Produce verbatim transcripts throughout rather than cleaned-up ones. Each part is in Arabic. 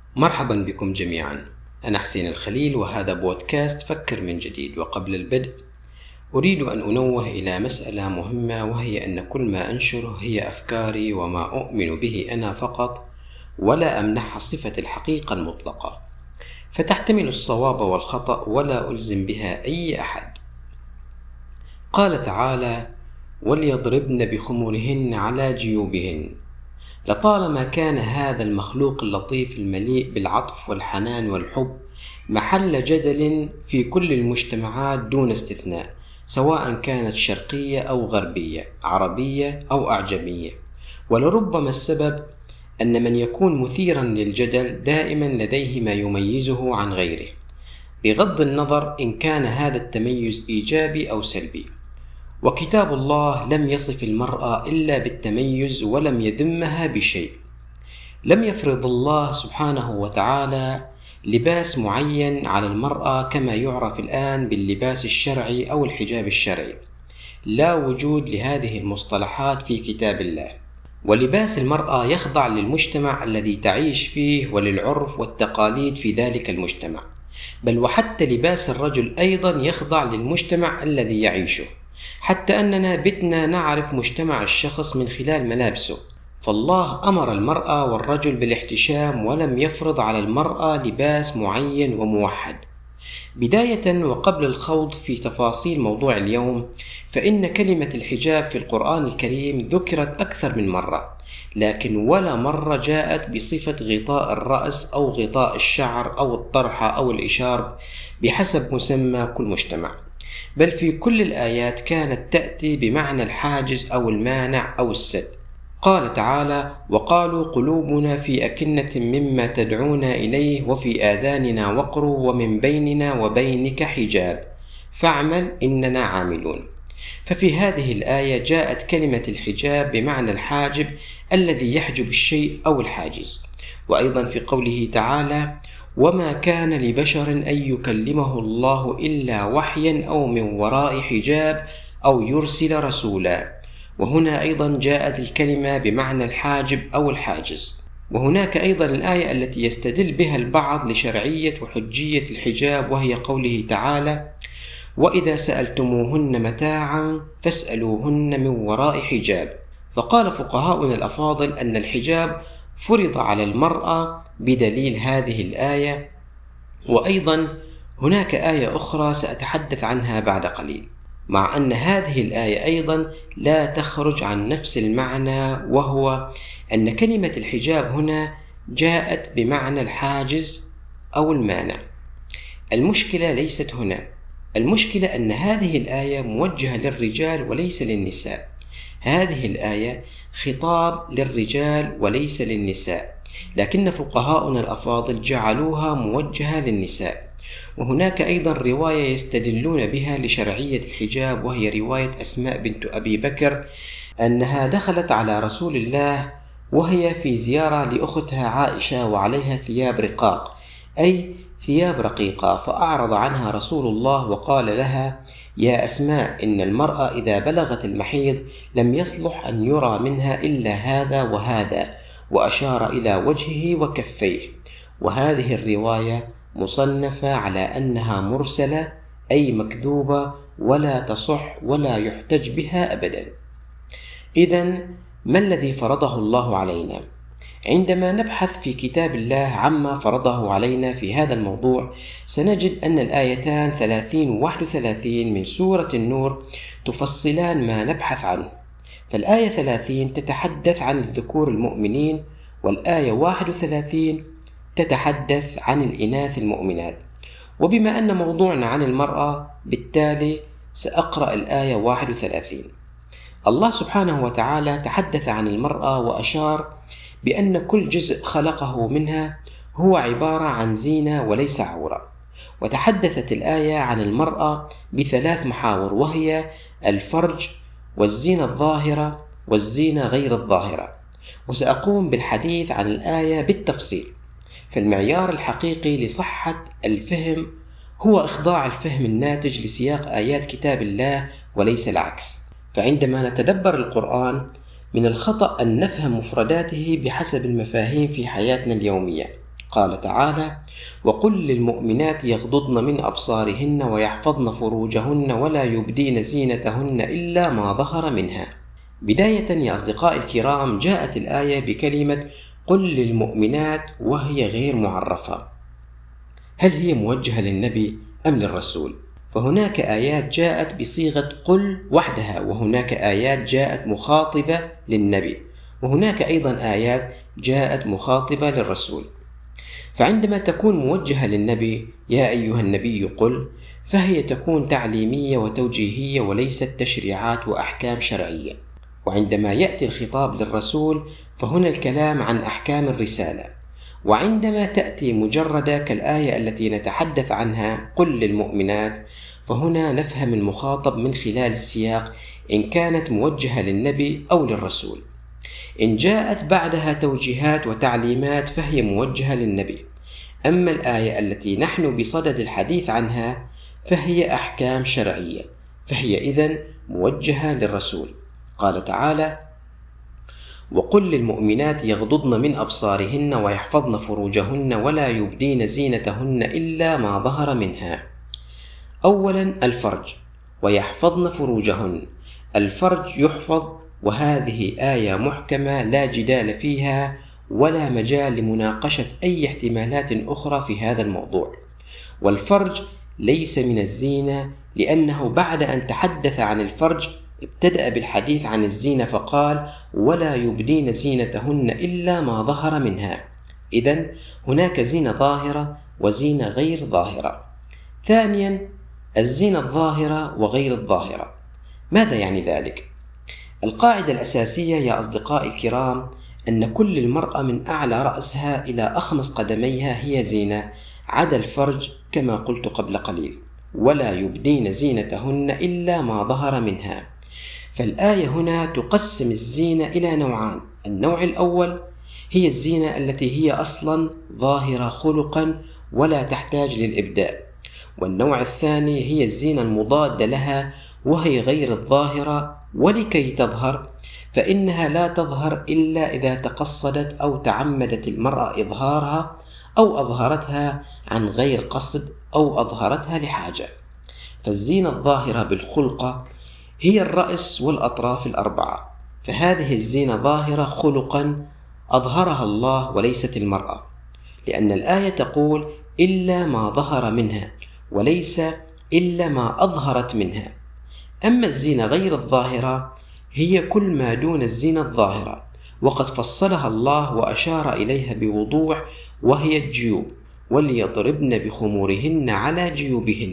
مرحبا بكم جميعا. أنا حسين الخليل وهذا بودكاست فكر من جديد. وقبل البدء أريد أن أنوه إلى مسألة مهمة، وهي أن كل ما أنشره هي أفكاري وما أؤمن به أنا فقط، ولا أمنحها صفة الحقيقة المطلقة، فتحتمل الصواب والخطأ ولا ألزم بها أي أحد. قال تعالى: وليضربن بخمرهن على جيوبهن. لطالما كان هذا المخلوق اللطيف المليء بالعطف والحنان والحب محل جدل في كل المجتمعات دون استثناء، سواء كانت شرقية أو غربية، عربية أو أعجمية. ولربما السبب أن من يكون مثيرا للجدل دائما لديه ما يميزه عن غيره، بغض النظر إن كان هذا التميز إيجابي أو سلبي. وكتاب الله لم يصف المرأة إلا بالتميز ولم يذمها بشيء. لم يفرض الله سبحانه وتعالى لباس معين على المرأة كما يعرف الآن باللباس الشرعي أو الحجاب الشرعي. لا وجود لهذه المصطلحات في كتاب الله. ولباس المرأة يخضع للمجتمع الذي تعيش فيه وللعرف والتقاليد في ذلك المجتمع، بل وحتى لباس الرجل أيضا يخضع للمجتمع الذي يعيشه، حتى أننا بتنا نعرف مجتمع الشخص من خلال ملابسه. فالله أمر المرأة والرجل بالاحتشام ولم يفرض على المرأة لباس معين وموحد. بداية وقبل الخوض في تفاصيل موضوع اليوم، فإن كلمة الحجاب في القرآن الكريم ذكرت أكثر من مرة، لكن ولا مرة جاءت بصفة غطاء الرأس أو غطاء الشعر أو الطرحة أو الإشارب بحسب مسمى كل مجتمع، بل في كل الآيات كانت تأتي بمعنى الحاجز أو المانع أو السد. قال تعالى: وقالوا قلوبنا في أكنة مما تدعونا إليه وفي آذاننا وقر ومن بيننا وبينك حجاب فاعمل إننا عاملون. ففي هذه الآية جاءت كلمة الحجاب بمعنى الحاجب الذي يحجب الشيء أو الحاجز. وأيضا في قوله تعالى: وما كان لبشر أن يكلمه الله إلا وحيا أو من وراء حجاب أو يرسل رسولا. وهنا أيضا جاءت الكلمة بمعنى الحاجب أو الحاجز. وهناك أيضا الآية التي يستدل بها البعض لشرعية وحجية الحجاب، وهي قوله تعالى: وإذا سألتموهن متاعا فاسألوهن من وراء حجاب. فقال فقهاؤنا الأفاضل أن الحجاب فرض على المرأة بدليل هذه الآية. وأيضا هناك آية أخرى سأتحدث عنها بعد قليل، مع أن هذه الآية أيضا لا تخرج عن نفس المعنى، وهو أن كلمة الحجاب هنا جاءت بمعنى الحاجز أو المانع. المشكلة ليست هنا، المشكلة أن هذه الآية موجهة للرجال وليس للنساء. هذه الآية خطاب للرجال وليس للنساء، لكن فقهاؤنا الأفاضل جعلوها موجهة للنساء. وهناك أيضا رواية يستدلون بها لشرعية الحجاب، وهي رواية أسماء بنت أبي بكر أنها دخلت على رسول الله وهي في زيارة لأختها عائشة وعليها ثياب رقاق، أي ثياب رقيقة، فأعرض عنها رسول الله وقال لها: يا أسماء، إن المرأة إذا بلغت المحيض لم يصلح أن يرى منها إلا هذا وهذا، وأشار إلى وجهه وكفيه. وهذه الرواية مصنفة على أنها مرسلة، أي مكذوبة ولا تصح ولا يحتج بها أبدا. إذن ما الذي فرضه الله علينا؟ عندما نبحث في كتاب الله عما فرضه علينا في هذا الموضوع، سنجد أن الآيتان ثلاثين وواحد وثلاثين من سورة النور تفصلان ما نبحث عنه. فالآية ثلاثين تتحدث عن الذكور المؤمنين، والآية واحد وثلاثين تتحدث عن الإناث المؤمنات. وبما أن موضوعنا عن المرأة، بالتالي سأقرأ الآية واحد وثلاثين. الله سبحانه وتعالى تحدث عن المرأة وأشار بأن كل جزء خلقه منها هو عبارة عن زينة وليس عورة. وتحدثت الآية عن المرأة بثلاث محاور، وهي الفرج والزينة الظاهرة والزينة غير الظاهرة. وسأقوم بالحديث عن الآية بالتفصيل. فالمعيار الحقيقي لصحة الفهم هو إخضاع الفهم الناتج لسياق آيات كتاب الله وليس العكس. فعندما نتدبر القرآن من الخطأ أن نفهم مفرداته بحسب المفاهيم في حياتنا اليومية، قال تعالى: وقل للمؤمنات يغضضن من أبصارهن ويحفظن فروجهن ولا يبدين زينتهن إلا ما ظهر منها. بداية يا أصدقائي الكرام، جاءت الآية بكلمة قل للمؤمنات وهي غير معرفة. هل هي موجهة للنبي أم للرسول؟ فهناك آيات جاءت بصيغة قل وحدها، وهناك آيات جاءت مخاطبة للنبي، وهناك أيضا آيات جاءت مخاطبة للرسول. فعندما تكون موجهة للنبي يا أيها النبي قل، فهي تكون تعليمية وتوجيهية وليست تشريعات وأحكام شرعية. وعندما يأتي الخطاب للرسول فهنا الكلام عن أحكام الرسالة. وعندما تأتي مجردة كالآية التي نتحدث عنها قل للمؤمنات، فهنا نفهم المخاطب من خلال السياق إن كانت موجهة للنبي أو للرسول. إن جاءت بعدها توجيهات وتعليمات فهي موجهة للنبي. أما الآية التي نحن بصدد الحديث عنها فهي أحكام شرعية، فهي إذن موجهة للرسول. قال تعالى: وقل للمؤمنات يغضضن من أبصارهن ويحفظن فروجهن ولا يبدين زينتهن إلا ما ظهر منها. أولا الفرج، ويحفظن فروجهن. الفرج يحفظ، وهذه آية محكمة لا جدال فيها ولا مجال لمناقشة أي احتمالات أخرى في هذا الموضوع. والفرج ليس من الزينة، لأنه بعد أن تحدث عن الفرج ابتدأ بالحديث عن الزينة فقال: ولا يبدين زينتهن إلا ما ظهر منها. إذن هناك زينة ظاهرة وزينة غير ظاهرة. ثانيا الزينة الظاهرة وغير الظاهرة. ماذا يعني ذلك؟ القاعدة الأساسية يا أصدقائي الكرام أن كل المرأة من أعلى رأسها إلى أخمص قدميها هي زينة، عدا الفرج كما قلت قبل قليل: ولا يبدين زينتهن إلا ما ظهر منها. فالآية هنا تقسم الزينة إلى نوعان. النوع الأول هي الزينة التي هي أصلا ظاهرة خلقا ولا تحتاج للإبداء، والنوع الثاني هي الزينة المضادة لها وهي غير الظاهرة، ولكي تظهر فإنها لا تظهر إلا إذا تقصدت أو تعمدت المرأة إظهارها أو أظهرتها عن غير قصد أو أظهرتها لحاجة. فالزينة الظاهرة بالخلقة هي الرأس والأطراف الأربعة، فهذه الزينة ظاهرة خلقا أظهرها الله وليست المرأة، لأن الآية تقول إلا ما ظهر منها وليس إلا ما أظهرت منها. أما الزينة غير الظاهرة هي كل ما دون الزينة الظاهرة، وقد فصلها الله وأشار إليها بوضوح، وهي الجيوب: وليضربن بخمورهن على جيوبهن.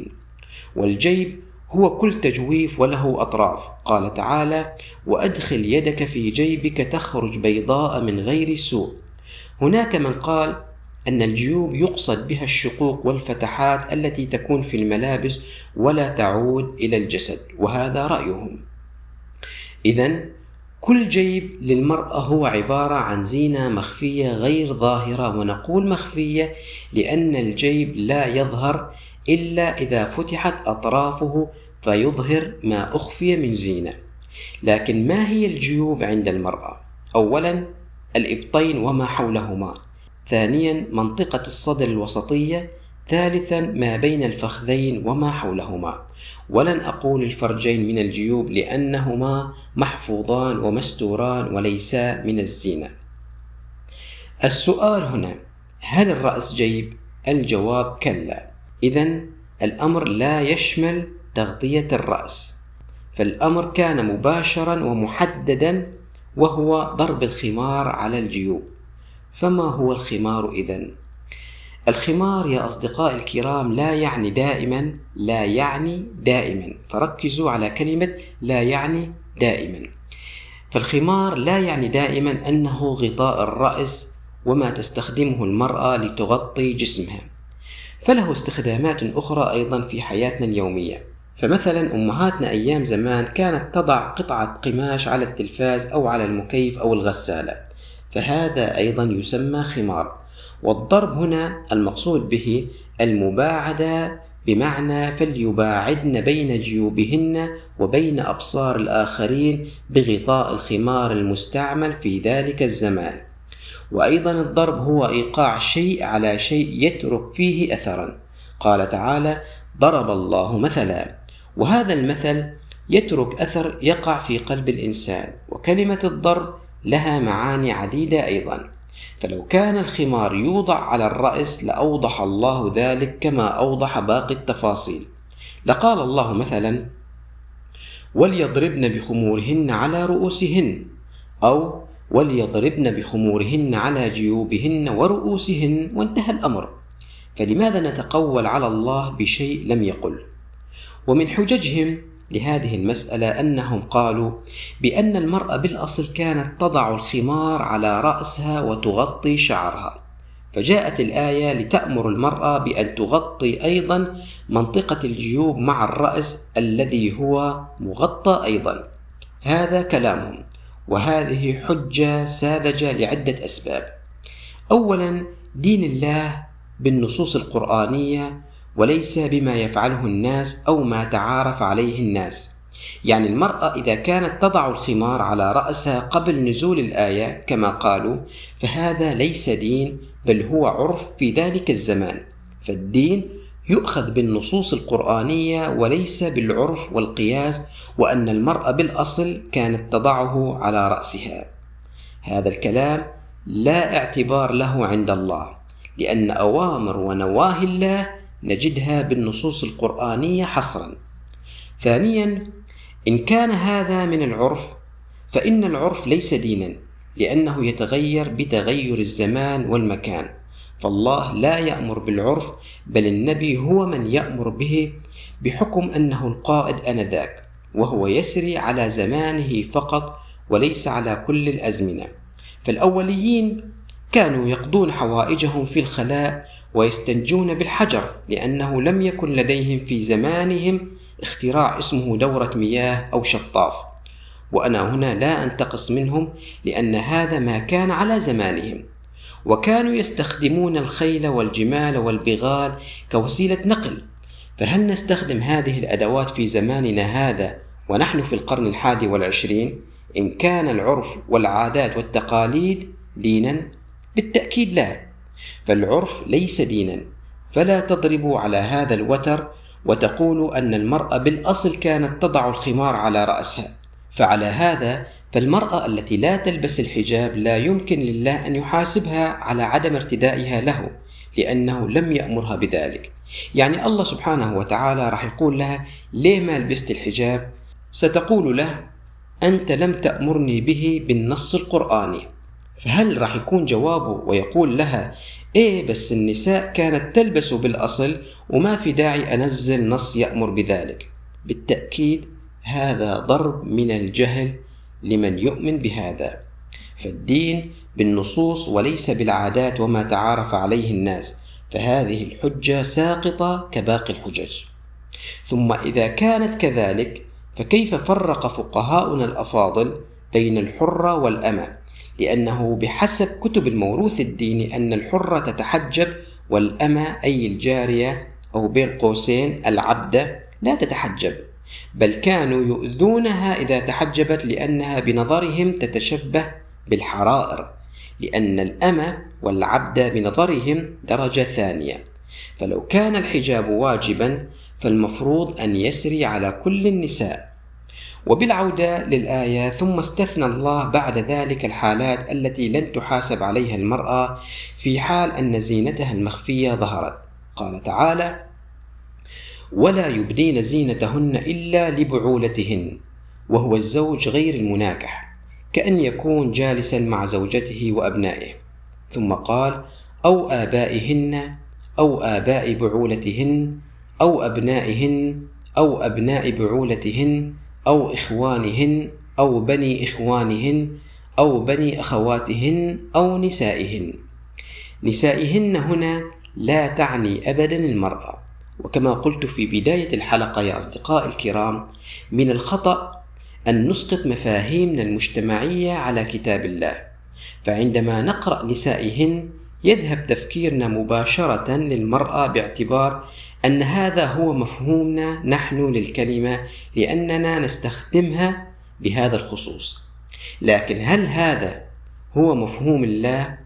والجيب هو كل تجويف وله أطراف. قال تعالى: وأدخل يدك في جيبك تخرج بيضاء من غير سوء. هناك من قال أن الجيوب يقصد بها الشقوق والفتحات التي تكون في الملابس ولا تعود إلى الجسد، وهذا رأيهم. إذن كل جيب للمرأة هو عبارة عن زينة مخفية غير ظاهرة، ونقول مخفية لأن الجيب لا يظهر إلا إذا فتحت أطرافه فيظهر ما أخفي من زينة. لكن ما هي الجيوب عند المرأة؟ أولا الإبطين وما حولهما، ثانيا منطقة الصدر الوسطية، ثالثا ما بين الفخذين وما حولهما. ولن أقول الفرجين من الجيوب لأنهما محفوظان ومستوران وليسا من الزينة. السؤال هنا: هل الرأس جيب؟ الجواب: كلا. إذن الأمر لا يشمل تغطية الرأس، فالأمر كان مباشرا ومحددا، وهو ضرب الخمار على الجيوب. فما هو الخمار إذن؟ الخمار يا أصدقائي الكرام لا يعني دائما، لا يعني دائما، فركزوا على كلمة لا يعني دائما. فالخمار لا يعني دائما أنه غطاء الرأس وما تستخدمه المرأة لتغطي جسمها، فله استخدامات أخرى أيضا في حياتنا اليومية. فمثلا أمهاتنا أيام زمان كانت تضع قطعة قماش على التلفاز أو على المكيف أو الغسالة، فهذا أيضا يسمى خمار. والضرب هنا المقصود به المباعدة، بمعنى فليباعدن بين جيوبهن وبين أبصار الآخرين بغطاء الخمار المستعمل في ذلك الزمان. وأيضا الضرب هو إيقاع شيء على شيء يترك فيه أثرا. قال تعالى: ضرب الله مثلا، وهذا المثل يترك أثر يقع في قلب الإنسان. وكلمة الضرب لها معاني عديدة أيضا، فلو كان الخمار يوضع على الرأس لأوضح الله ذلك كما أوضح باقي التفاصيل. لقال الله مثلا: وليضربن بخمورهن على رؤوسهن، أو وليضربن بخمورهن على جيوبهن ورؤوسهن، وانتهى الأمر. فلماذا نتقول على الله بشيء لم يقل؟ ومن حججهم لهذه المسألة أنهم قالوا بأن المرأة بالأصل كانت تضع الخمار على رأسها وتغطي شعرها، فجاءت الآية لتأمر المرأة بأن تغطي أيضا منطقة الجيوب مع الرأس الذي هو مغطى أيضا. هذا كلامهم، وهذه حجة ساذجة لعدة أسباب. أولا، دين الله بالنصوص القرآنية وليس بما يفعله الناس أو ما تعارف عليه الناس. يعني المرأة إذا كانت تضع الخمار على رأسها قبل نزول الآية كما قالوا، فهذا ليس دين، بل هو عرف في ذلك الزمان. فالدين يؤخذ بالنصوص القرآنية وليس بالعرف والقياس، وأن المرأة بالأصل كانت تضعه على رأسها. هذا الكلام لا اعتبار له عند الله، لأن أوامر ونواهي الله نجدها بالنصوص القرآنية حصرا. ثانيا، إن كان هذا من العرف فإن العرف ليس دينا، لأنه يتغير بتغير الزمان والمكان، فالله لا يأمر بالعرف، بل النبي هو من يأمر به، بحكم أنه القائد آنذاك، وهو يسري على زمانه فقط وليس على كل الأزمنة. فالأوليين كانوا يقضون حوائجهم في الخلاء ويستنجون بالحجر، لأنه لم يكن لديهم في زمانهم اختراع اسمه دورة مياه أو شطاف. وأنا هنا لا أنتقص منهم، لأن هذا ما كان على زمانهم. وكانوا يستخدمون الخيل والجمال والبغال كوسيلة نقل، فهل نستخدم هذه الأدوات في زماننا هذا ونحن في القرن الحادي والعشرين؟ إن كان العرف والعادات والتقاليد دينا؟ بالتأكيد لا، فالعرف ليس دينا. فلا تضربوا على هذا الوتر وتقولوا أن المرأة بالأصل كانت تضع الخمار على رأسها. فعلى هذا فالمرأة التي لا تلبس الحجاب لا يمكن لله أن يحاسبها على عدم ارتدائها له، لأنه لم يأمرها بذلك. يعني الله سبحانه وتعالى راح يقول لها: ليه ما لبست الحجاب؟ ستقول له: أنت لم تأمرني به بالنص القرآني. فهل راح يكون جوابه ويقول لها: إيه بس النساء كانت تلبس بالأصل وما في داعي أنزل نص يأمر بذلك؟ بالتأكيد هذا ضرب من الجهل لمن يؤمن بهذا. فالدين بالنصوص وليس بالعادات وما تعارف عليه الناس، فهذه الحجة ساقطة كباقي الحجج. ثم إذا كانت كذلك، فكيف فرق فقهاؤنا الأفاضل بين الحرة والأمة؟ لأنه بحسب كتب الموروث الديني أن الحرة تتحجب، والأمة أي الجارية أو بين قوسين العبدة لا تتحجب، بل كانوا يؤذونها إذا تحجبت، لأنها بنظرهم تتشبه بالحرائر، لأن الأمة والعبدة بنظرهم درجة ثانية. فلو كان الحجاب واجبا فالمفروض أن يسري على كل النساء. وبالعودة للآية: ثم استثنى الله بعد ذلك الحالات التي لن تحاسب عليها المرأة في حال أن زينتها المخفية ظهرت. قال تعالى: ولا يبدين زينتهن إلا لبعولتهن، وهو الزوج غير المناكح، كأن يكون جالسا مع زوجته وأبنائه. ثم قال: أو آبائهن أو آباء بعولتهن أو أبنائهن أو أبناء بعولتهن أو إخوانهن أو بني إخوانهن أو بني أخواتهن أو نسائهن. نسائهن هنا لا تعني أبدا المرأة. وكما قلت في بداية الحلقة يا أصدقائي الكرام، من الخطأ أن نسقط مفاهيمنا المجتمعية على كتاب الله، فعندما نقرأ نسائهن يذهب تفكيرنا مباشرة للمرأة، باعتبار أن هذا هو مفهومنا نحن للكلمة، لأننا نستخدمها بهذا الخصوص. لكن هل هذا هو مفهوم الله؟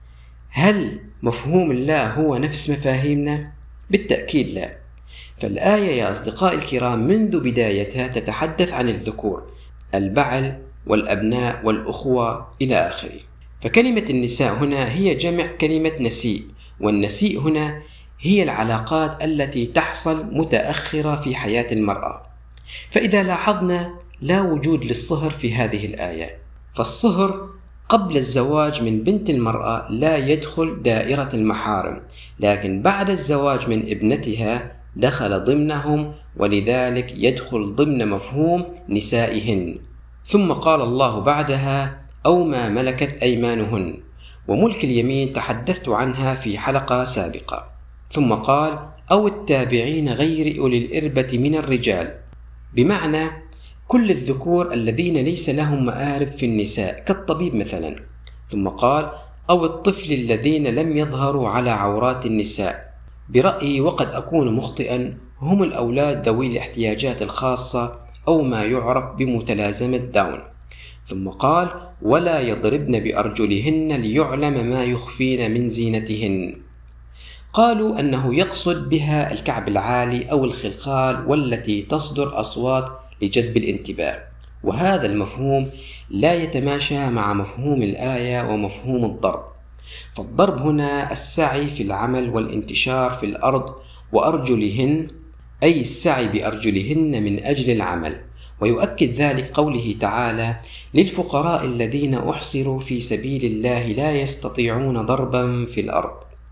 هل مفهوم الله هو نفس مفاهيمنا؟ بالتأكيد لا. فالآية يا أصدقائي الكرام منذ بدايتها تتحدث عن الذكور، البعل والأبناء والأخوة إلى آخره. فكلمة النساء هنا هي جمع كلمة نسيء، والنسيء هنا هي العلاقات التي تحصل متأخرة في حياة المرأة. فإذا لاحظنا لا وجود للصهر في هذه الآية، فالصهر قبل الزواج من بنت المرأة لا يدخل دائرة المحارم، لكن بعد الزواج من ابنتها دخل ضمنهم، ولذلك يدخل ضمن مفهوم نسائهن. ثم قال الله بعدها أو ما ملكت أيمانهن، وملك اليمين تحدثت عنها في حلقة سابقة. ثم قال أو التابعين غير أولي الإربة من الرجال، بمعنى كل الذكور الذين ليس لهم مآرب في النساء كالطبيب مثلا. ثم قال أو الطفل الذين لم يظهروا على عورات النساء، برأيي وقد أكون مخطئا هم الأولاد ذوي الاحتياجات الخاصة أو ما يعرف بمتلازمة داون. ثم قال ولا يضربن بأرجلهن ليعلم ما يخفين من زينتهن. قالوا أنه يقصد بها الكعب العالي أو الخلخال والتي تصدر أصوات لجذب الانتباه، وهذا المفهوم لا يتماشى مع مفهوم الآية ومفهوم الضرب. فالضرب هنا السعي في العمل والانتشار في الأرض، وأرجلهن أي السعي بأرجلهن من أجل العمل. ويؤكد ذلك قوله تعالى للفقراء الذين أحصروا في سبيل الله لا يستطيعون ضربا في الأرض،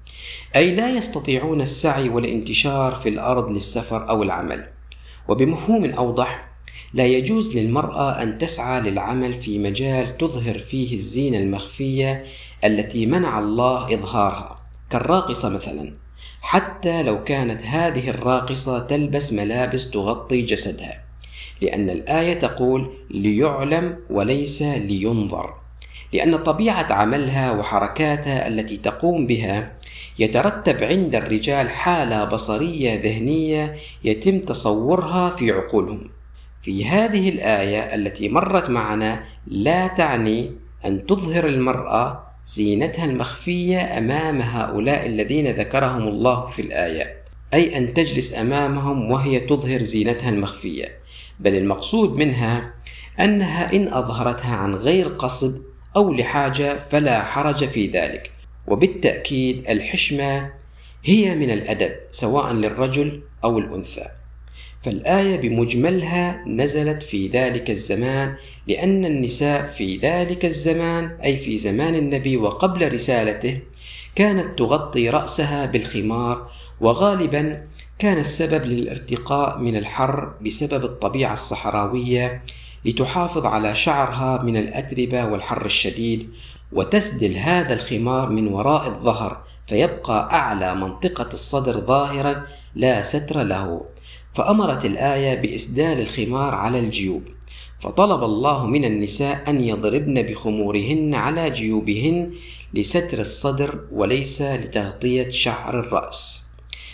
أي لا يستطيعون السعي والانتشار في الأرض للسفر أو العمل. وبمفهوم أوضح لا يجوز للمرأة أن تسعى للعمل في مجال تظهر فيه الزينة المخفية التي منع الله إظهارها، كالراقصة مثلا، حتى لو كانت هذه الراقصة تلبس ملابس تغطي جسدها، لأن الآية تقول ليعلم وليس لينظر، لأن طبيعة عملها وحركاتها التي تقوم بها يترتب عند الرجال حالة بصرية ذهنية يتم تصورها في عقولهم. في هذه الآية التي مرت معنا لا تعني أن تظهر المرأة زينتها المخفية أمام هؤلاء الذين ذكرهم الله في الآية، أي أن تجلس أمامهم وهي تظهر زينتها المخفية، بل المقصود منها أنها إن أظهرتها عن غير قصد أو لحاجة فلا حرج في ذلك. وبالتأكيد الحشمة هي من الأدب سواء للرجل أو الأنثى. فالآية بمجملها نزلت في ذلك الزمان، لأن النساء في ذلك الزمان أي في زمان النبي وقبل رسالته كانت تغطي رأسها بالخمار، وغالبا كان السبب للارتقاء من الحر بسبب الطبيعة الصحراوية لتحافظ على شعرها من الأتربة والحر الشديد، وتسدل هذا الخمار من وراء الظهر فيبقى أعلى منطقة الصدر ظاهرا لا ستر له. فأمرت الآية بإسدال الخمار على الجيوب، فطلب الله من النساء أن يضربن بخمورهن على جيوبهن لستر الصدر وليس لتغطية شعر الرأس.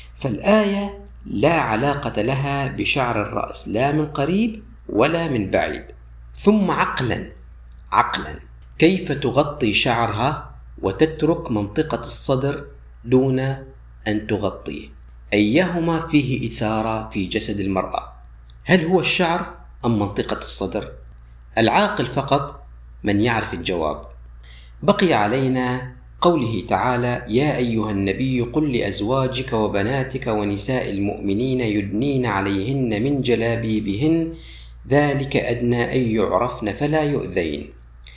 فالآية لا علاقة لها بشعر الرأس لا من قريب ولا من بعيد. ثم عقلا عقلا كيف تغطي شعرها وتترك منطقة الصدر دون أن تغطيه؟ أيهما فيه إثارة في جسد المرأة؟ هل هو الشعر أم منطقة الصدر؟ العاقل فقط من يعرف الجواب. بقي علينا قوله تعالى يا أيها النبي قل لأزواجك وبناتك ونساء المؤمنين يدنين عليهن من جلابيبهن ذلك أدنى أن يعرفن فلا يؤذين.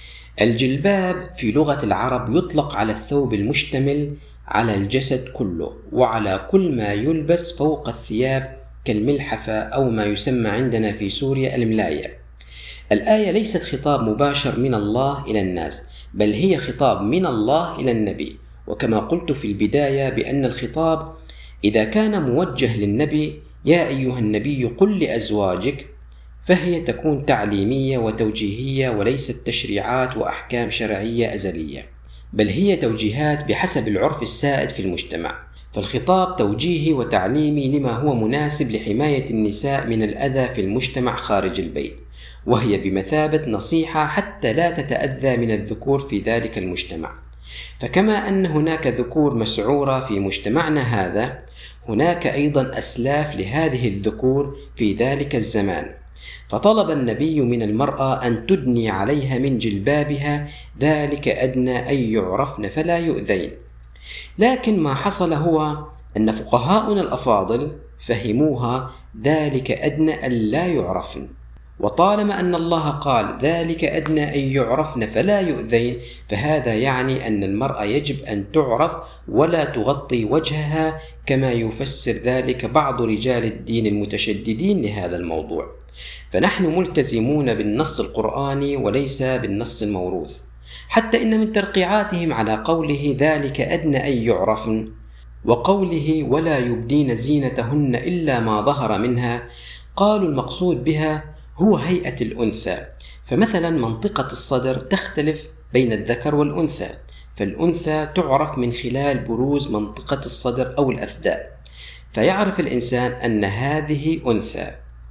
الجلباب في لغة العرب يطلق على الثوب المشتمل على الجسد كله وعلى كل ما يلبس فوق الثياب كالملحفة أو ما يسمى عندنا في سوريا الملاية. الآية ليست خطاب مباشر من الله إلى الناس، بل هي خطاب من الله إلى النبي. وكما قلت في البداية بأن الخطاب إذا كان موجه للنبي يا أيها النبي قل لأزواجك فهي تكون تعليمية وتوجيهية وليست تشريعات وأحكام شرعية أزلية، بل هي توجيهات بحسب العرف السائد في المجتمع. فالخطاب توجيهي وتعليمي لما هو مناسب لحماية النساء من الأذى في المجتمع خارج البيت، وهي بمثابة نصيحة حتى لا تتأذى من الذكور في ذلك المجتمع. فكما أن هناك ذكور مسعورة في مجتمعنا هذا، هناك أيضا أسلاف لهذه الذكور في ذلك الزمان، فطلب النبي من المرأة أن تدني عليها من جلبابها، ذلك أدنى أن يعرفن فلا يؤذين. لكن ما حصل هو أن فقهاؤنا الأفاضل فهموها ذلك أدنى أن لا يعرفن، وطالما أن الله قال ذلك أدنى أن يعرفن فلا يؤذين، فهذا يعني أن المرأة يجب أن تعرف ولا تغطي وجهها، كما يفسر ذلك بعض رجال الدين المتشددين لهذا الموضوع. فنحن ملتزمون بالنص القرآني وليس بالنص الموروث، حتى إن من ترقيعاتهم على قوله ذلك أدنى أن يعرفن وقوله ولا يبدين زينتهن إلا ما ظهر منها، قالوا المقصود بها هو هيئة الأنثى. فمثلا منطقة الصدر تختلف بين الذكر والأنثى، فالأنثى تعرف من خلال بروز منطقة الصدر أو الأثداء، فيعرف الإنسان أن هذه أنثى،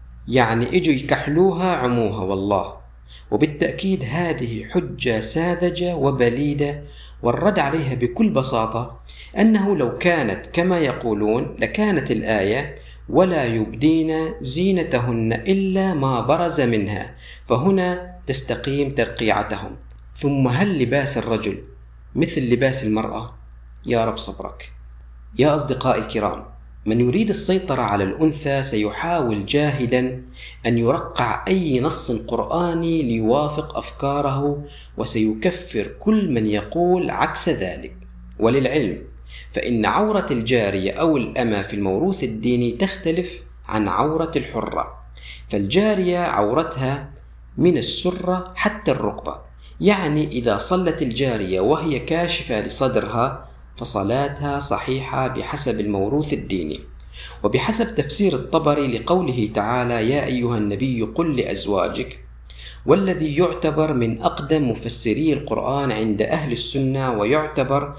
يعني إجوا يكحلوها عموها والله. وبالتأكيد هذه حجة ساذجة وبليدة، والرد عليها بكل بساطة أنه لو كانت كما يقولون لكانت الآية ولا يبدين زينتهن إلا ما برز منها، فهنا تستقيم ترقيعتهم. ثم هل لباس الرجل مثل لباس المرأة؟ يا رب صبرك. يا أصدقائي الكرام، من يريد السيطرة على الأنثى سيحاول جاهدا أن يرقع أي نص قرآني ليوافق أفكاره، وسيكفر كل من يقول عكس ذلك. وللعلم فإن عورة الجارية أو الأمة في الموروث الديني تختلف عن عورة الحرة. فالجارية عورتها من السرة حتى الركبة، يعني إذا صلت الجارية وهي كاشفة لصدرها فصلاتها صحيحة بحسب الموروث الديني. وبحسب تفسير الطبري لقوله تعالى يا أيها النبي قل لأزواجك، والذي يعتبر من أقدم مفسري القرآن عند أهل السنة ويعتبر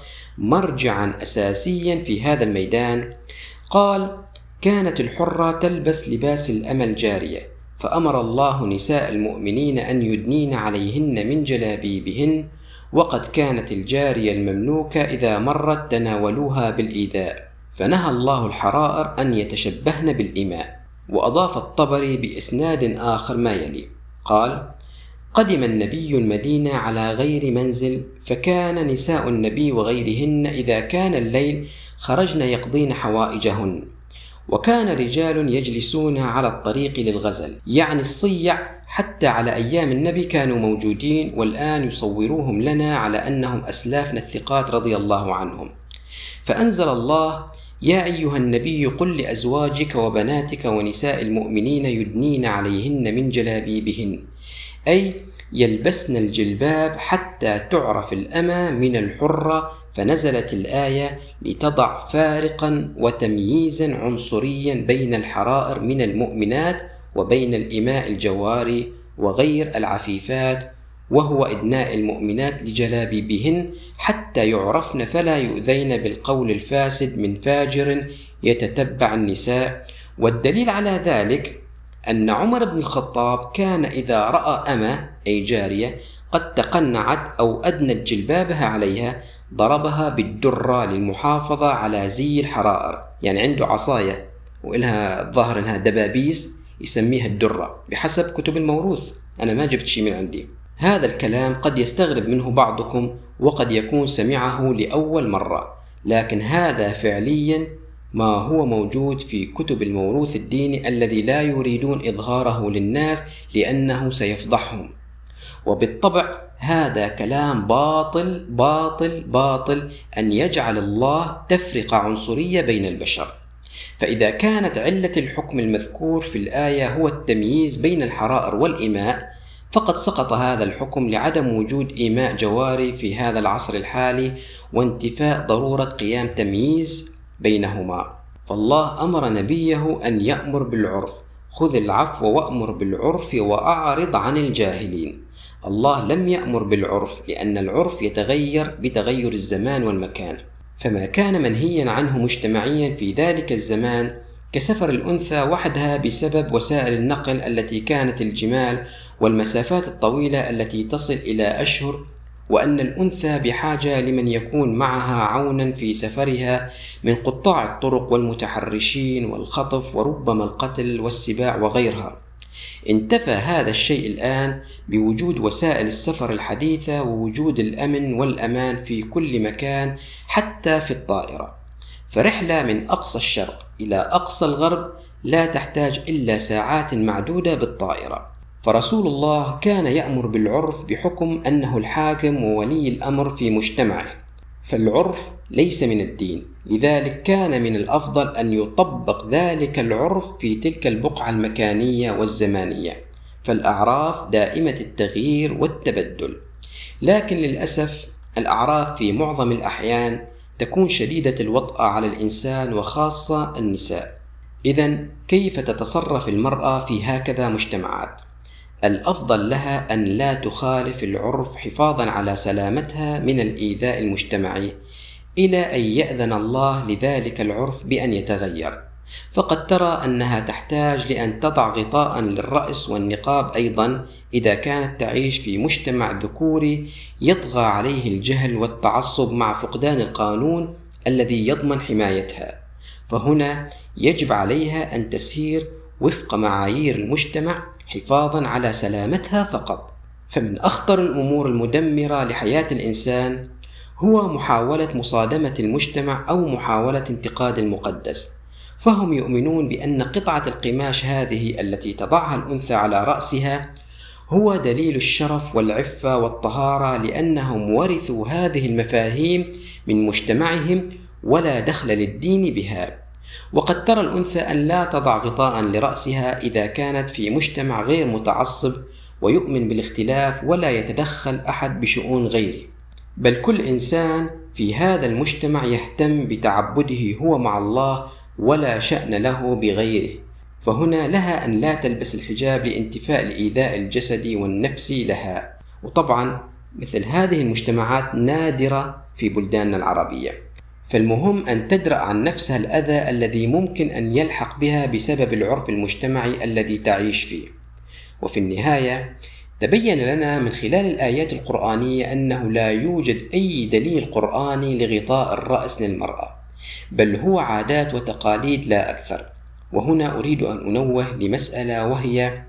مرجعا أساسيا في هذا الميدان، قال كانت الحرة تلبس لباس الأمة الجارية، فأمر الله نساء المؤمنين أن يدنين عليهن من جلابيبهن، وقد كانت الجارية المملوكة إذا مرت تناولوها بالإيذاء، فنهى الله الحرائر أن يتشبهن بالإماء. وأضاف الطبري بإسناد آخر ما يلي، قال قدم النبي المدينة على غير منزل، فكان نساء النبي وغيرهن إذا كان الليل خرجن يقضين حوائجهن، وكان رجال يجلسون على الطريق للغزل، يعني الصيع، حتى على أيام النبي كانوا موجودين، والآن يصوروهم لنا على أنهم أسلافنا الثقات رضي الله عنهم. فأنزل الله يا أيها النبي قل لأزواجك وبناتك ونساء المؤمنين يدنين عليهن من جلابيبهن، أي يلبسن الجلباب حتى تعرف الأمة من الحرة. فنزلت الآية لتضع فارقا وتمييزا عنصريا بين الحرائر من المؤمنات وبين الإماء الجواري وغير العفيفات، وهو إدناء المؤمنات لجلابيبهن حتى يعرفن فلا يؤذين بالقول الفاسد من فاجر يتتبع النساء. والدليل على ذلك أن عمر بن الخطاب كان إذا رأى أمة أي جارية قد تقنعت أو أدنت جلبابها عليها ضربها بالدرة للمحافظة على زي الحرائر، يعني عنده عصاية وإلها ظهر إنها دبابيس يسميها الدرة بحسب كتب الموروث، أنا ما جبت شيء من عندي. هذا الكلام قد يستغرب منه بعضكم وقد يكون سمعه لأول مرة، لكن هذا فعليا ما هو موجود في كتب الموروث الديني الذي لا يريدون إظهاره للناس لأنه سيفضحهم. وبالطبع هذا كلام باطل باطل باطل أن يجعل الله تفرقة عنصرية بين البشر. فإذا كانت علة الحكم المذكور في الآية هو التمييز بين الحرائر والإماء، فقد سقط هذا الحكم لعدم وجود إماء جواري في هذا العصر الحالي وانتفاء ضرورة قيام تمييز بينهما. فالله أمر نبيه أن يأمر بالعرف، خذ العفو وأمر بالعرف وأعرض عن الجاهلين. الله لم يأمر بالعرف لأن العرف يتغير بتغير الزمان والمكان، فما كان منهيا عنه مجتمعيا في ذلك الزمان كسفر الأنثى وحدها بسبب وسائل النقل التي كانت الجمال والمسافات الطويلة التي تصل إلى أشهر، وأن الأنثى بحاجة لمن يكون معها عونا في سفرها من قطاع الطرق والمتحرشين والخطف وربما القتل والسباع وغيرها. انتفى هذا الشيء الآن بوجود وسائل السفر الحديثة ووجود الأمن والأمان في كل مكان حتى في الطائرة، فرحلة من أقصى الشرق إلى أقصى الغرب لا تحتاج إلا ساعات معدودة بالطائرة. فرسول الله كان يأمر بالعرف بحكم أنه الحاكم وولي الأمر في مجتمعه، فالعرف ليس من الدين، لذلك كان من الأفضل أن يطبق ذلك العرف في تلك البقعة المكانية والزمانية، فالأعراف دائمة التغيير والتبدل. لكن للأسف الأعراف في معظم الأحيان تكون شديدة الوطأة على الإنسان وخاصة النساء. إذن كيف تتصرف المرأة في هكذا مجتمعات؟ الأفضل لها أن لا تخالف العرف حفاظا على سلامتها من الإيذاء المجتمعي إلى أن يأذن الله لذلك العرف بأن يتغير. فقد ترى أنها تحتاج لأن تضع غطاء للرأس والنقاب أيضا إذا كانت تعيش في مجتمع ذكوري يطغى عليه الجهل والتعصب مع فقدان القانون الذي يضمن حمايتها، فهنا يجب عليها أن تسير وفق معايير المجتمع حفاظا على سلامتها فقط. فمن أخطر الأمور المدمرة لحياة الإنسان هو محاولة مصادمة المجتمع أو محاولة انتقاد المقدس، فهم يؤمنون بأن قطعة القماش هذه التي تضعها الأنثى على رأسها هو دليل الشرف والعفة والطهارة، لأنهم ورثوا هذه المفاهيم من مجتمعهم ولا دخل للدين بها. وقد ترى الأنثى أن لا تضع غطاء لرأسها إذا كانت في مجتمع غير متعصب ويؤمن بالاختلاف ولا يتدخل أحد بشؤون غيره، بل كل إنسان في هذا المجتمع يهتم بتعبده هو مع الله ولا شأن له بغيره، فهنا لها أن لا تلبس الحجاب لانتفاء الإيذاء الجسدي والنفسي لها. وطبعا مثل هذه المجتمعات نادرة في بلداننا العربية، فالمهم أن تدرأ عن نفسها الأذى الذي ممكن أن يلحق بها بسبب العرف المجتمعي الذي تعيش فيه. وفي النهاية تبين لنا من خلال الآيات القرآنية أنه لا يوجد أي دليل قرآني لغطاء الرأس للمرأة، بل هو عادات وتقاليد لا أكثر. وهنا أريد أن أنوه لمسألة، وهي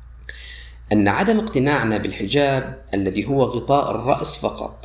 أن عدم اقتناعنا بالحجاب الذي هو غطاء الرأس فقط،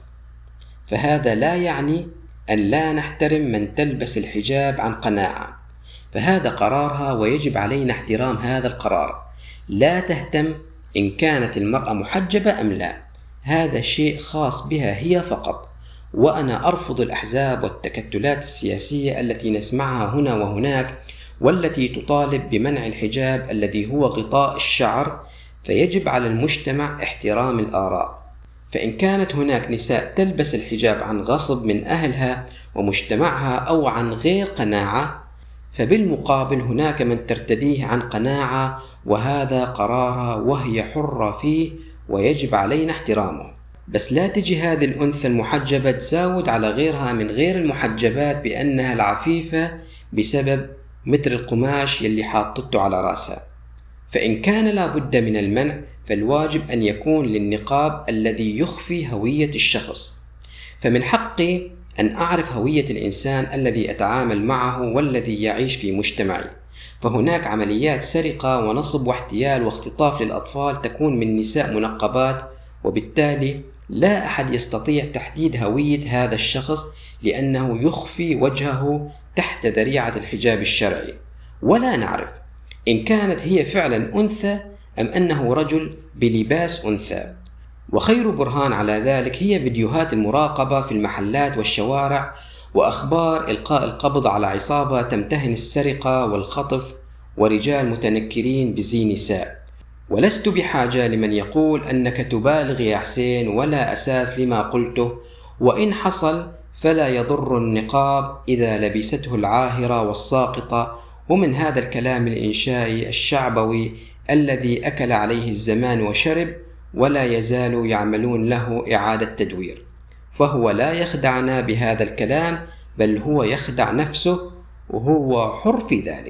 فهذا لا يعني أن لا نحترم من تلبس الحجاب عن قناعة، فهذا قرارها ويجب علينا احترام هذا القرار. لا تهتم إن كانت المرأة محجبة أم لا، هذا شيء خاص بها هي فقط. وأنا أرفض الأحزاب والتكتلات السياسية التي نسمعها هنا وهناك والتي تطالب بمنع الحجاب الذي هو غطاء الشعر، فيجب على المجتمع احترام الآراء. فإن كانت هناك نساء تلبس الحجاب عن غصب من أهلها ومجتمعها أو عن غير قناعة، فبالمقابل هناك من ترتديه عن قناعة، وهذا قرارها وهي حرة فيه ويجب علينا احترامه. بس لا تجي هذه الأنثى المحجبة تزاود على غيرها من غير المحجبات بأنها العفيفة بسبب متر القماش يلي حاطته على رأسها. فإن كان لابد من المنع، فالواجب أن يكون للنقاب الذي يخفي هوية الشخص. فمن حقي أن أعرف هوية الإنسان الذي أتعامل معه والذي يعيش في مجتمعي. فهناك عمليات سرقة ونصب واحتيال واختطاف للأطفال تكون من نساء منقبات، وبالتالي لا أحد يستطيع تحديد هوية هذا الشخص لأنه يخفي وجهه تحت ذريعة الحجاب الشرعي، ولا نعرف إن كانت هي فعلا أنثى أم أنه رجل بلباس أنثى. وخير برهان على ذلك هي فيديوهات المراقبة في المحلات والشوارع وأخبار إلقاء القبض على عصابة تمتهن السرقة والخطف ورجال متنكرين بزي نساء. ولست بحاجة لمن يقول أنك تبالغ يا حسين، ولا أساس لما قلته، وإن حصل فلا يضر النقاب إذا لبسته العاهرة والساقطة، ومن هذا الكلام الإنشائي الشعبوي الذي أكل عليه الزمان وشرب، ولا يزال يعملون له إعادة تدوير. فهو لا يخدعنا بهذا الكلام، بل هو يخدع نفسه وهو حر في ذلك.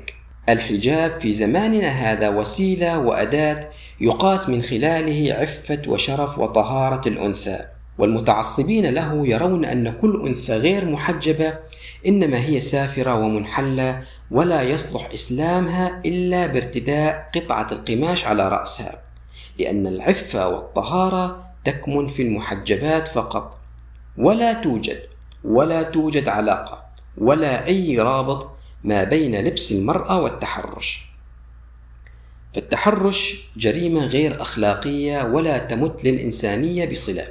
الحجاب في زماننا هذا وسيلة وأداة يقاس من خلاله عفة وشرف وطهارة الأنثى، والمتعصبين له يرون أن كل أنثى غير محجبة إنما هي سافرة ومنحلة، ولا يصلح إسلامها إلا بارتداء قطعة القماش على رأسها، لأن العفة والطهارة تكمن في المحجبات فقط، ولا توجد ولا توجد علاقة ولا أي رابط ما بين لبس المرأة والتحرش. فالتحرش جريمة غير أخلاقية ولا تمت للإنسانية بصلة،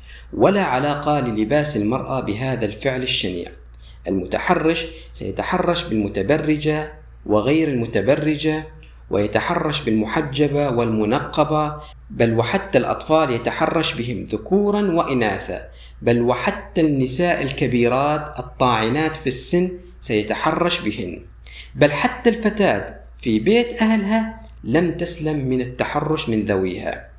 ولا علاقة للباس المرأة بهذا الفعل الشنيع. المتحرش سيتحرش بالمتبرجة وغير المتبرجة، ويتحرش بالمحجبة والمنقبة، بل وحتى الأطفال يتحرش بهم ذكورا وإناثا، بل وحتى النساء الكبيرات الطاعنات في السن سيتحرش بهن، بل حتى الفتاة في بيت أهلها لم تسلم من التحرش من ذويها.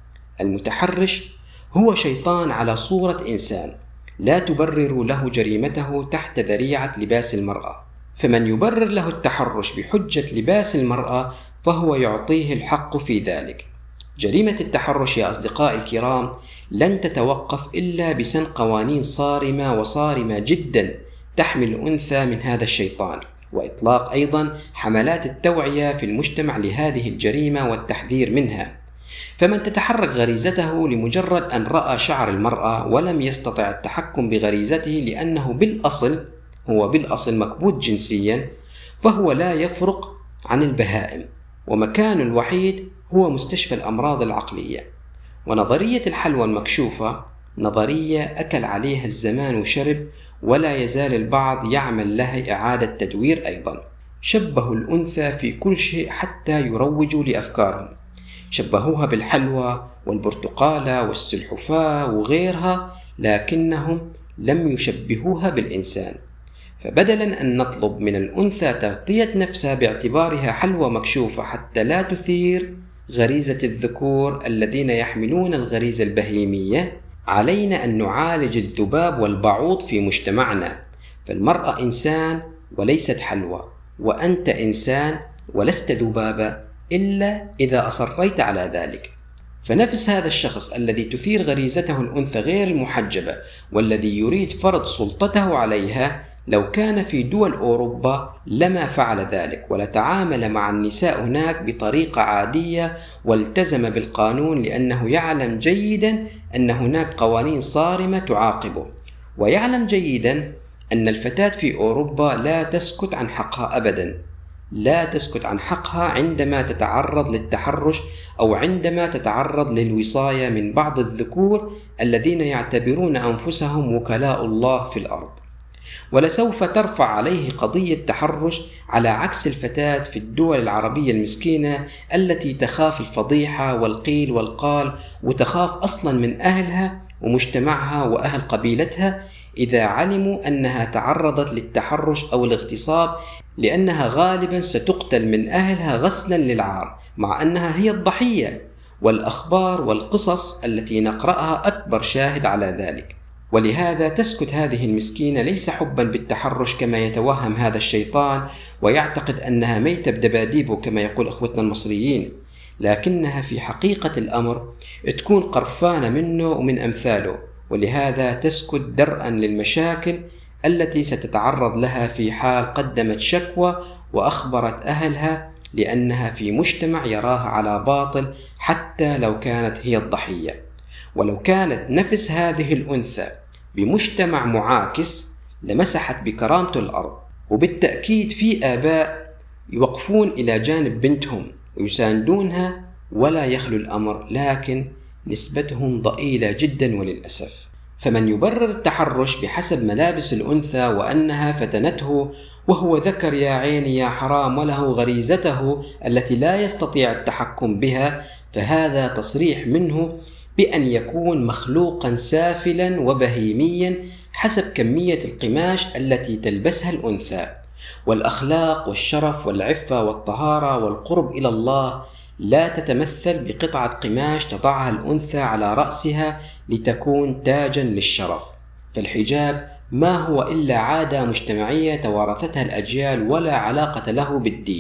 المتحرش هو شيطان على صورة إنسان، لا تبرر له جريمته تحت ذريعة لباس المرأة، فمن يبرر له التحرش بحجة لباس المرأة فهو يعطيه الحق في ذلك. جريمة التحرش يا أصدقائي الكرام لن تتوقف إلا بسن قوانين صارمة وصارمة جدا تحمي الأنثى من هذا الشيطان، وإطلاق أيضا حملات التوعية في المجتمع لهذه الجريمة والتحذير منها. فمن تتحرك غريزته لمجرد أن رأى شعر المرأة ولم يستطع التحكم بغريزته لأنه بالأصل هو بالأصل مكبوت جنسيا، فهو لا يفرق عن البهائم، ومكانه الوحيد هو مستشفى الأمراض العقلية. ونظرية الحلوى المكشوفة نظرية أكل عليها الزمان وشرب، ولا يزال البعض يعمل لها إعادة تدوير أيضا. شبهوا الأنثى في كل شيء حتى يروجوا لأفكارهم، شبهوها بالحلوى والبرتقالة والسلحفاة وغيرها، لكنهم لم يشبهوها بالإنسان. فبدلا أن نطلب من الأنثى تغطية نفسها باعتبارها حلوى مكشوفة حتى لا تثير غريزة الذكور الذين يحملون الغريزة البهيمية، علينا أن نعالج الذباب والبعوض في مجتمعنا. فالمرأة إنسان وليست حلوى، وأنت إنسان ولست ذبابة إلا إذا أصريت على ذلك. فنفس هذا الشخص الذي تثير غريزته الأنثى غير المحجبة والذي يريد فرض سلطته عليها، لو كان في دول أوروبا لما فعل ذلك، ولتعامل مع النساء هناك بطريقة عادية والتزم بالقانون، لأنه يعلم جيدا أن هناك قوانين صارمة تعاقبه، ويعلم جيدا أن الفتاة في أوروبا لا تسكت عن حقها أبدا، لا تسكت عن حقها عندما تتعرض للتحرش أو عندما تتعرض للوصاية من بعض الذكور الذين يعتبرون أنفسهم وكلاء الله في الأرض. ولسوف ترفع عليه قضية تحرش، على عكس الفتاة في الدول العربية المسكينة التي تخاف الفضيحة والقيل والقال، وتخاف أصلا من أهلها ومجتمعها وأهل قبيلتها إذا علموا أنها تعرضت للتحرش أو الاغتصاب، لأنها غالبا ستقتل من أهلها غسلا للعار، مع أنها هي الضحية. والأخبار والقصص التي نقرأها أكبر شاهد على ذلك. ولهذا تسكت هذه المسكينة، ليس حبا بالتحرش كما يتوهم هذا الشيطان ويعتقد أنها ميتة بدباديبه كما يقول أخوتنا المصريين، لكنها في حقيقة الأمر تكون قرفانة منه ومن أمثاله. ولهذا تسكت درءا للمشاكل التي ستتعرض لها في حال قدمت شكوى وأخبرت أهلها، لأنها في مجتمع يراها على باطل حتى لو كانت هي الضحية. ولو كانت نفس هذه الأنثى بمجتمع معاكس لمسحت بكرامته الأرض. وبالتأكيد في آباء يوقفون إلى جانب بنتهم ويساندونها ولا يخلو الأمر، لكن نسبتهم ضئيلة جدا وللأسف. فمن يبرر التحرش بحسب ملابس الأنثى وأنها فتنته وهو ذكر يا عيني يا حرام وله غريزته التي لا يستطيع التحكم بها، فهذا تصريح منه بأن يكون مخلوقا سافلا وبهيميا حسب كمية القماش التي تلبسها الأنثى. والأخلاق والشرف والعفة والطهارة والقرب إلى الله لا تتمثل بقطعة قماش تضعها الأنثى على رأسها لتكون تاجا للشرف. فالحجاب ما هو إلا عادة مجتمعية توارثتها الأجيال ولا علاقة له بالدين.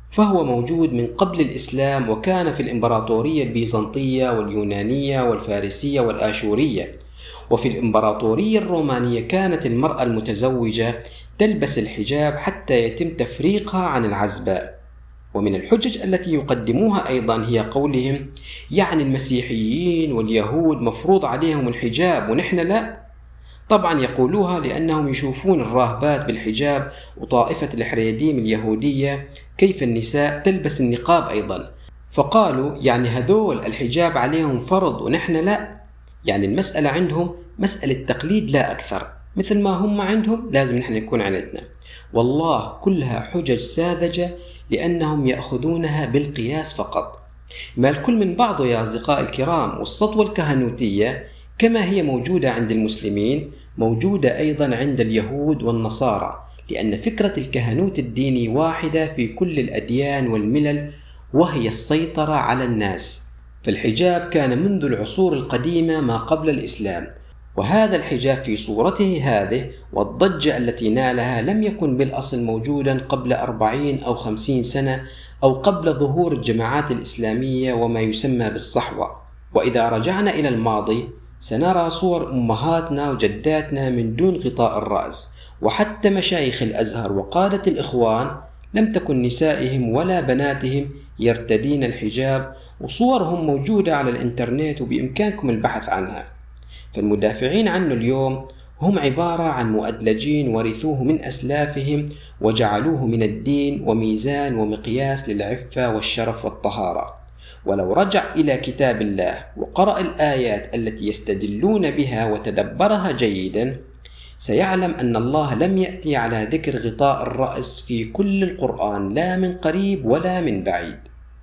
فهو موجود من قبل الإسلام، وكان في الإمبراطورية البيزنطية واليونانية والفارسية والآشورية. وفي الإمبراطورية الرومانية كانت المرأة المتزوجة تلبس الحجاب حتى يتم تفريقها عن العزباء. ومن الحجج التي يقدموها أيضا هي قولهم: يعني المسيحيين واليهود مفروض عليهم الحجاب ونحن لا. طبعا يقولوها لأنهم يشوفون الراهبات بالحجاب، وطائفة الحريديم اليهودية كيف النساء تلبس النقاب أيضا، فقالوا يعني هذول الحجاب عليهم فرض ونحن لا. يعني المسألة عندهم مسألة تقليد لا أكثر، مثل ما هم عندهم لازم نحن نكون عندنا. والله كلها حجج ساذجة لأنهم يأخذونها بالقياس فقط. ما الكل من بعضه يا أصدقاء الكرام، والسطوة الكهنوتية كما هي موجودة عند المسلمين موجودة أيضا عند اليهود والنصارى، لأن فكرة الكهنوت الديني واحدة في كل الأديان والملل، وهي السيطرة على الناس. فالحجاب كان منذ العصور القديمة ما قبل الإسلام، وهذا الحجاب في صورته هذه والضجة التي نالها لم يكن بالأصل موجودا قبل أربعين أو خمسين سنة، أو قبل ظهور الجماعات الإسلامية وما يسمى بالصحوة. وإذا رجعنا إلى الماضي سنرى صور أمهاتنا وجداتنا من دون غطاء الرأس، وحتى مشايخ الأزهر وقادة الإخوان لم تكن نسائهم ولا بناتهم يرتدين الحجاب، وصورهم موجودة على الإنترنت وبإمكانكم البحث عنها. فالمدافعين عنه اليوم هم عبارة عن مؤدلجين ورثوه من أسلافهم وجعلوه من الدين وميزان ومقياس للعفة والشرف والطهارة. ولو رجع إلى كتاب الله وقرأ الآيات التي يستدلون بها وتدبرها جيدا سيعلم أن الله لم يأتي على ذكر غطاء الرأس في كل القرآن، لا من قريب ولا من بعيد.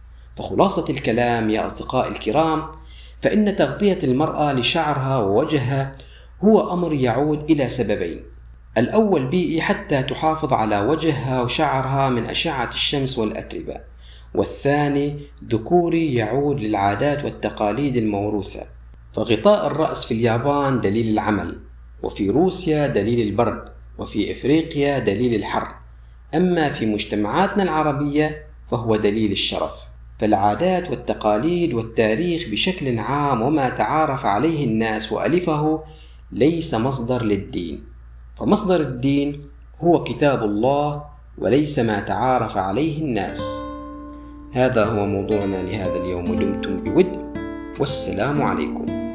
فخلاصة الكلام يا أصدقاء الكرام، فإن تغطية المرأة لشعرها ووجهها هو أمر يعود إلى سببين: الأول بيئي حتى تحافظ على وجهها وشعرها من أشعة الشمس والأتربة، والثاني ذكوري يعود للعادات والتقاليد الموروثة. فغطاء الرأس في اليابان دليل العمل، وفي روسيا دليل البرد، وفي إفريقيا دليل الحر، أما في مجتمعاتنا العربية فهو دليل الشرف. فالعادات والتقاليد والتاريخ بشكل عام وما تعارف عليه الناس وألفه ليس مصدر للدين، فمصدر الدين هو كتاب الله وليس ما تعارف عليه الناس. هذا هو موضوعنا لهذا اليوم، ودمتم بود، والسلام عليكم.